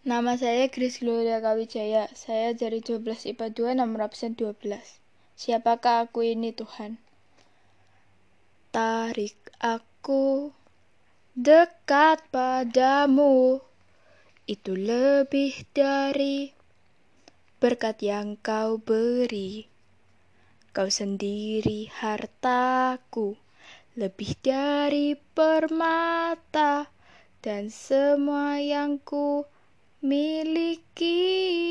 Nama saya Grace Gloria Kawijaya. Saya dari 12 IPA 2 nomor absen 12. Siapakah aku ini Tuhan? Tarik aku dekat padamu. Itu lebih dari berkat yang kau beri. Kau sendiri hartaku, lebih dari permata dan semua yang ku miliki.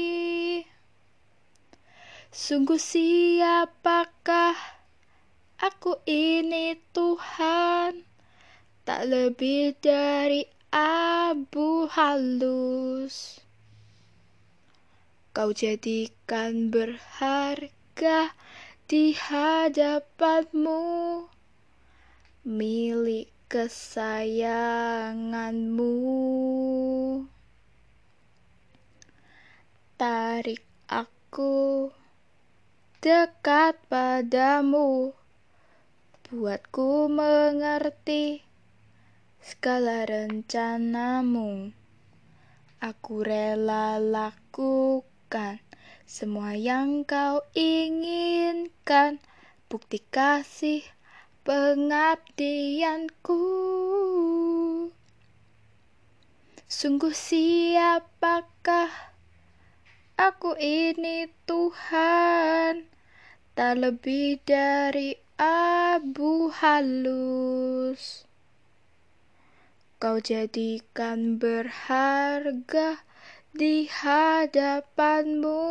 Sungguh siapakah aku ini Tuhan, tak lebih dari abu halus. Kau jadikan berharga di hadapanmu, milik kesayanganmu. Tarik aku dekat padamu, buatku mengerti segala rencanamu. Aku rela lakukan semua yang kau inginkan, bukti kasih pengabdianku. Sungguh siapakah aku ini Tuhan, tak lebih dari abu halus. Kau jadikan berharga di hadapanmu,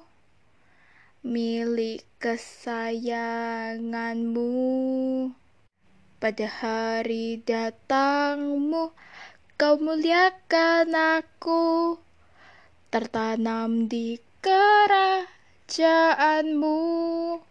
milik kesayanganmu. Pada hari datangmu, kau muliakan aku, tertanam di kerajaanmu.